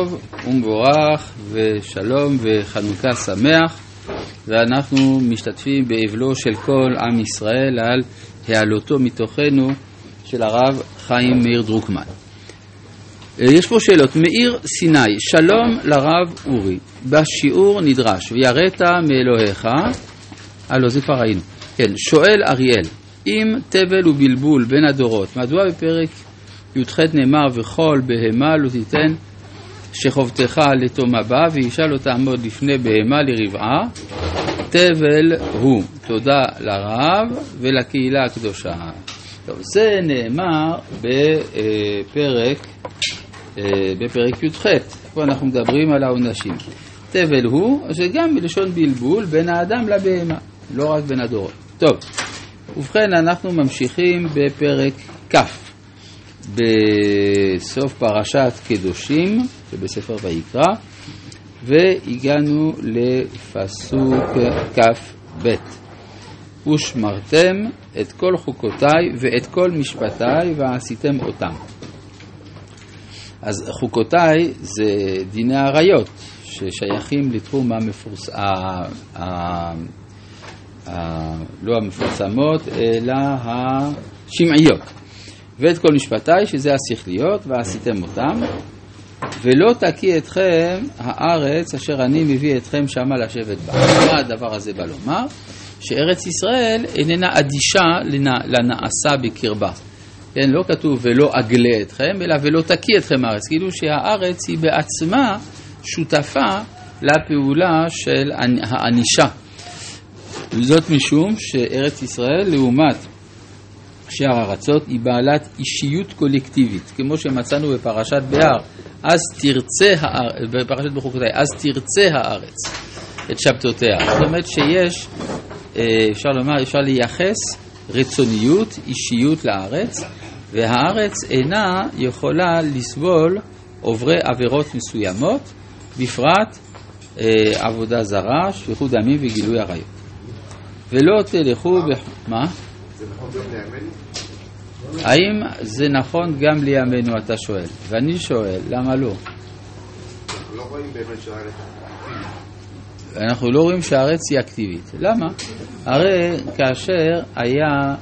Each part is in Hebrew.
טוב ומבורך ושלום וחנוכה שמח, ואנחנו משתתפים באבלו של כל עם ישראל על העלותו מתוכנו של הרב חיים מאיר דרוקמן. יש פה שאלות. מאיר סיני, שלום לרב אורי, בשיעור נדרש ויראת מאלוהיך, זה כבר ראינו. כן, שואל אריאל, אם תבל ובלבול בין הדורות, מדוע בפרק י"ח נאמר וכל בהמה לא תיתן שחובתך לתום הבא ואישה לא תעמוד לפני בהמה לרבעה? תבל הוא. תודה לרב ולקהילה הקדושה. טוב, זה נאמר בפרק י"ח. פה אנחנו מדברים על העונשים. תבל הוא, זה גם בלשון בלבול בין האדם לבהמה, לא רק בין הדורות. טוב, ובכן אנחנו ממשיכים בפרק כ' בסוף פרשת קדושים שבספר ויקרא, והגענו לפסוק כ"ב. ושמרתם את כל חוקותיי ואת כל משפטיי ועשיתם אותם. אז חוקותיי זה דיני עריות ששייכים לתחום לא המפורסמות אלא השמעיות. ואת כל משפטיי שזה השכליות ועשיתם אותם, ולא תקיא אתכם הארץ אשר אני מביא אתכם שמה לשבת בה. מה הדבר הזה בא לומר? שארץ ישראל איננה אדישה לנעשה בקרבה. כן, לא כתוב ולא אגלה אתכם, אלא ולא תקיא אתכם הארץ. כאילו שהארץ היא בעצמה שותפה לפעולה של האנישה. וזאת משום שארץ ישראל לעומת שאר הארצות היא בעלת אישיות קולקטיבית, כמו שמצאנו בפרשת בהר, אז תרצה בפרשת בחוקותיי, אז תרצה הארץ את שבתותיה. זאת אומרת שיש, אפשר לומר, אפשר לייחס רצוניות, אישיות לארץ, והארץ אינה יכולה לסבול עוברי עבירות מסוימות, בפרט עבודה זרה, שפיכות דמים וגילוי עריות. ולא תלכו מה? זה נכון גם לימינו? האם זה נכון גם לימינו, אתה שואל? ואני שואל, למה לא? אנחנו לא רואים באמת שהארץ אקטיבית. אנחנו לא רואים שהארץ היא אקטיבית. למה? הרי כאשר היה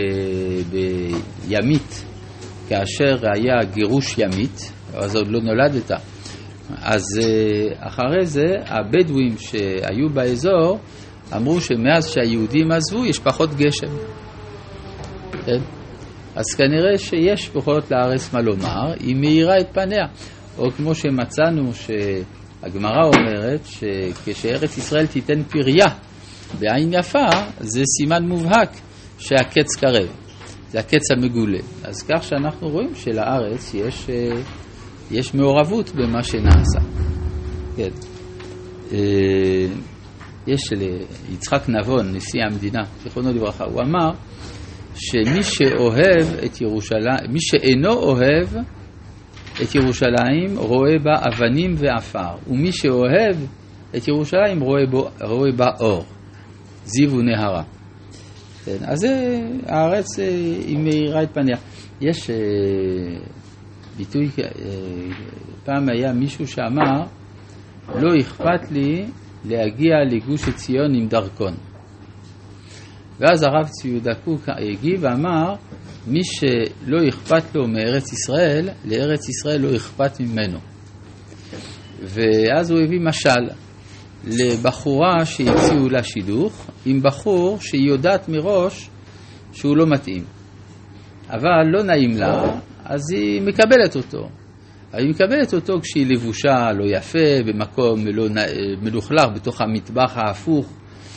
בימית, כאשר היה גירוש ימית, אז עוד לא נולדת, אז אחרי זה הבדואים שהיו באזור אמרו שמאז שהיהודים עזבו יש פחות גשם. כן? אז כנראה שיש פחות לארץ מה לומר, היא מאירה את פניה. או כמו שמצאנו שהגמרא אומרת שכשארץ ישראל תיתן פריה בעין יפה, זה סימן מובהק שהקץ קרב. זה הקץ המגולה. אז כך שאנחנו רואים שלארץ יש מעורבות במה שנעשה. כן. יש ליצחק נבון, נשיא המדינה, זיכרונו לברכה, הוא אמר שמי שאוהב את ירושלים, מי שאינו אוהב את ירושלים רואה בה אבנים ועפר, ומי שאוהב את ירושלים רואה בה אור, זיו ונהרה. כן, אז הארץ היא מאירה את פניה. יש ביטוי, פעם היה מישהו שאמר, לא אכפת לי להגיע לגוש עציון עם דרכון. ואז הרב צבי יהודה קוק הגיב ואמר, מי שלא אכפת לו מארץ ישראל, לארץ ישראל לא אכפת ממנו. ואז הוא הביא משל לבחורה שהציעו לה שידוך, עם בחור שהיא יודעת מראש שהוא לא מתאים. אבל לא נעים לה, אז היא מקבלת אותו. היא מקבלת אותו כשהיא לבושה לא יפה, במקום לא מלוכלך, בתוך המטבח ההפוך,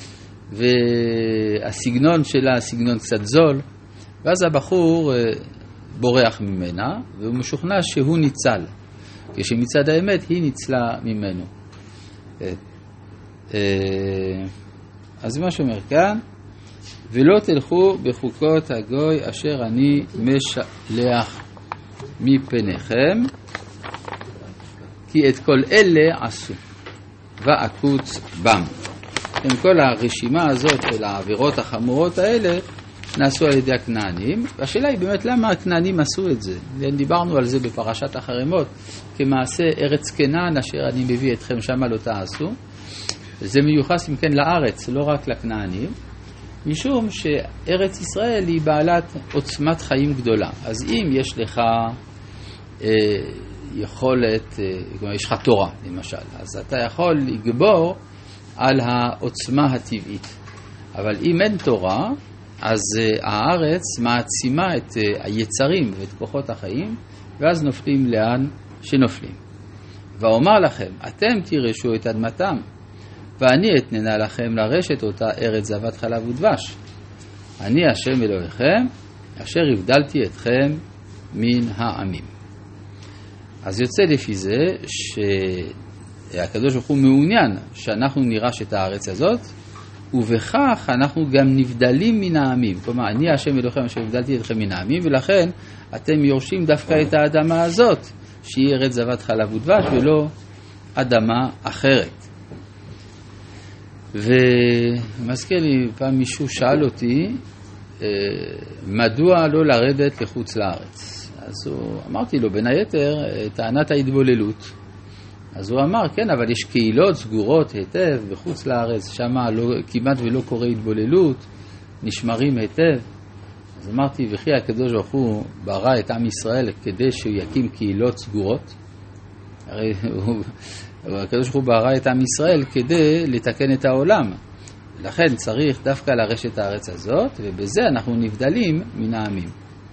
והסגנון שלה סגנון קצת זול, ואז הבחור בורח ממנה, והוא משוכנע שהוא ניצל, כשמצד האמת היא ניצלה ממנו. אז מה שאומר כאן, ולא תלכו בחוקות הגוי אשר אני משלח מפניכם, כי את כל אלה עשו ועקוץ בם. עם כל הרשימה הזאת של העבירות החמורות האלה נעשו על ידי הכנענים. והשאלה היא באמת למה הכנענים עשו את זה. דיברנו על זה בפרשת החרמות, כמעשה ארץ כנען אשר אני מביא אתכם שמה לא תעשו. זה מיוחס אם כן לארץ, לא רק לכנענים, משום שארץ ישראל היא בעלת עוצמת חיים גדולה. אז אם יש לך יכולת, יש לך תורה למשל, אז אתה יכול לגבור על העוצמה הטבעית. אבל אם אין תורה, אז הארץ מעצימה את היצרים ואת כוחות החיים, ואז נופלים לאן שנופלים. ואומר לכם, אתם תירשו את אדמתם, ואני אתננה לכם לרשת אותה ארץ זבת חלב ודבש. אני השם אלוהיכם, אשר הבדלתי אתכם מן העמים. אז יוצא לפי זה שהקדוש ברוך הוא מעוניין שאנחנו נירש את הארץ הזאת, ובכך אנחנו גם נבדלים מן העמים. כלומר, אני השם אלוהיכם אשר הבדלתי אתכם מן העמים, ולכן אתם יורשים דווקא את האדמה הזאת, שהיא ארץ זבת חלב ודבש, ולא אדמה אחרת. ומזכיר לי, פעם מישהו שאל אותי, מדוע לא לרדת לחוץ לארץ? אז אמרתי לו, בין היתר, טענת ההתבוללות. אז הוא אמר, כן, אבל יש קהילות סגורות היטב בחוץ לארץ, שם כמעט ולא קורה התבוללות, נשמרים היטב. אז אמרתי, וכי הקדוש ברוך הוא ברא את עם ישראל כדי שהוא יקים קהילות סגורות? הרי הקדוש ברוך הוא ברא את עם ישראל כדי לתקן את העולם. לכן צריך דווקא לרשת את הארץ הזאת, ובזה אנחנו נבדלים מן העמים.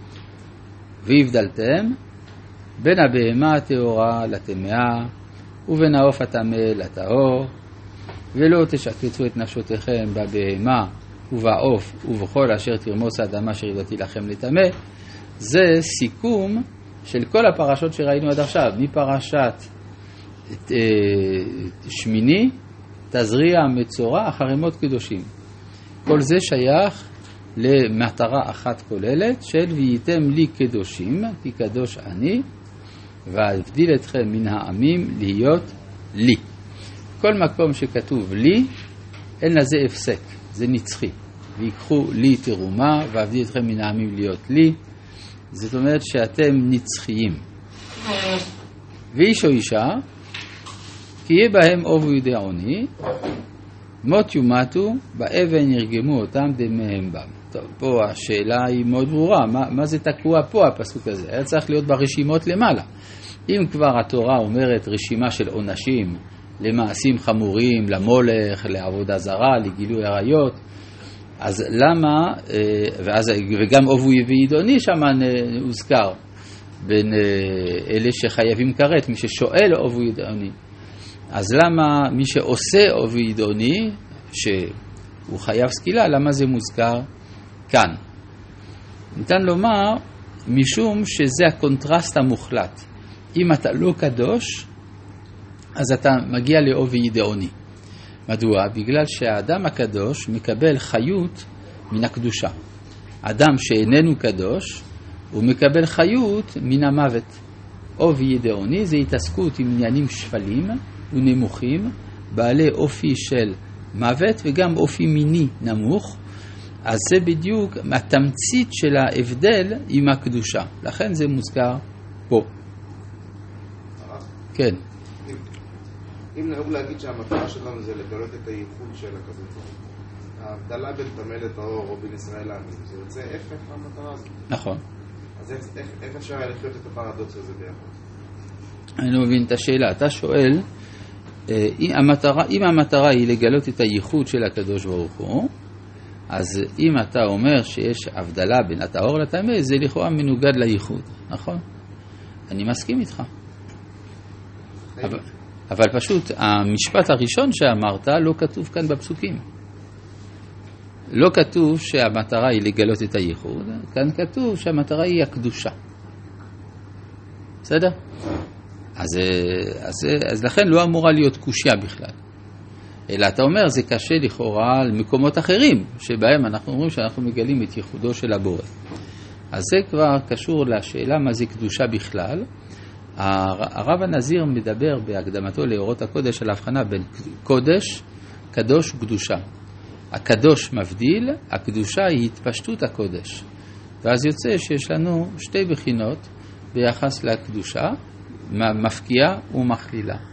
והבדלתם בין הבהמה הטהורה לטמאה, ובין העוף הטמא לטהור, ולא תשקצו את נפשותיכם בבהמה ובעוף ובכל אשר תרמוס האדמה אשר הבאתי לכם לטמא. זה סיכום של כל הפרשות שראינו עד עכשיו, מפרשת שמיני, תזריע, מצורע, החרמות קדושים. כל זה שייך למטרה אחת כוללת של והייתם לי קדושים, כי קדוש אני, ואבדיל אתכם מן העמים להיות לי. כל מקום שכתוב לי, אין לזה הפסק, זה נצחי. ויקחו לי תרומה, ואבדיל אתכם מן העמים להיות לי. זאת אומרת שאתם נצחיים. ואיש או אישה, כי יהיה בהם אוב וידעוני, מות יומתו, באבן ירגמו אותם דמיהם בם. טוב, פה השאלה היא מאוד ברורה, מה זה תקוע פה הפסוק הזה? היה צריך להיות ברשימות למעלה. אם כבר התורה אומרת רשימה של עונשים למעשים חמורים, למולך, לעבודה זרה, לגילוי עריות, אז למה, וגם אוב וידעוני שם הוזכר, בין אלה שחייבים כרת, מי ששואל אוב וידעוני. אז למה מי שעושה אוב וידעוני, שהוא חייב סקילה, למה זה מוזכר כאן? ניתן לומר, משום שזה הקונטרסט המוחלט. אם אתה לא קדוש, אז אתה מגיע לאוב וידעוני. מדוע? בגלל שהאדם הקדוש מקבל חיות מן הקדושה. אדם שאיננו קדוש, הוא מקבל חיות מן המוות. אוב וידעוני זה התעסקות עם עניינים שפלים ונמוכים, בעלי אופי של מוות וגם אופי מיני נמוך. אז זה בדיוק התמצית של ההבדל עם הקדושה. לכן זה מוזכר פה. כן. אם נהוג להגיד שהמטרה שלנו זה לגלות את הייחוד של הקדוש ברוך הוא, ההבדלה בין טמא לטהור או בין ישראל לעמים, זה יוצא הפך מהמטרה הזאת. נכון. אז איך אפשר לחיות את הפרדוקס הזה ביחד? אני לא מבין את השאלה. אתה שואל, אם המטרה היא לגלות את הייחוד של הקדוש ברוך הוא, אז אם אתה אומר שיש הבדלה בין הטהור לטמא, זה לכאורה מנוגד לייחוד, נכון? אני מסכים איתך. אבל פשוט המשפט הראשון שאמרת לא כתוב כאן בפסוקים. לא כתוב שהמטרה היא לגלות את הייחוד, כאן כתוב שהמטרה היא הקדושה. בסדר? אז לכן לא אמורה להיות קושיה בכלל. אלא אתה אומר, זה קשה לכאורה על מקומות אחרים, שבהם אנחנו אומרים שאנחנו מגלים את ייחודו של הבורא. אז זה כבר קשור לשאלה מה זה קדושה בכלל. הרב הנזיר מדבר בהקדמתו לאורות הקודש על ההבחנה בין קודש, קדוש וקדושה. הקדוש מבדיל, הקדושה היא התפשטות הקודש. ואז יוצא שיש לנו שתי בחינות ביחס לקדושה, מפקיעה ומכלילה.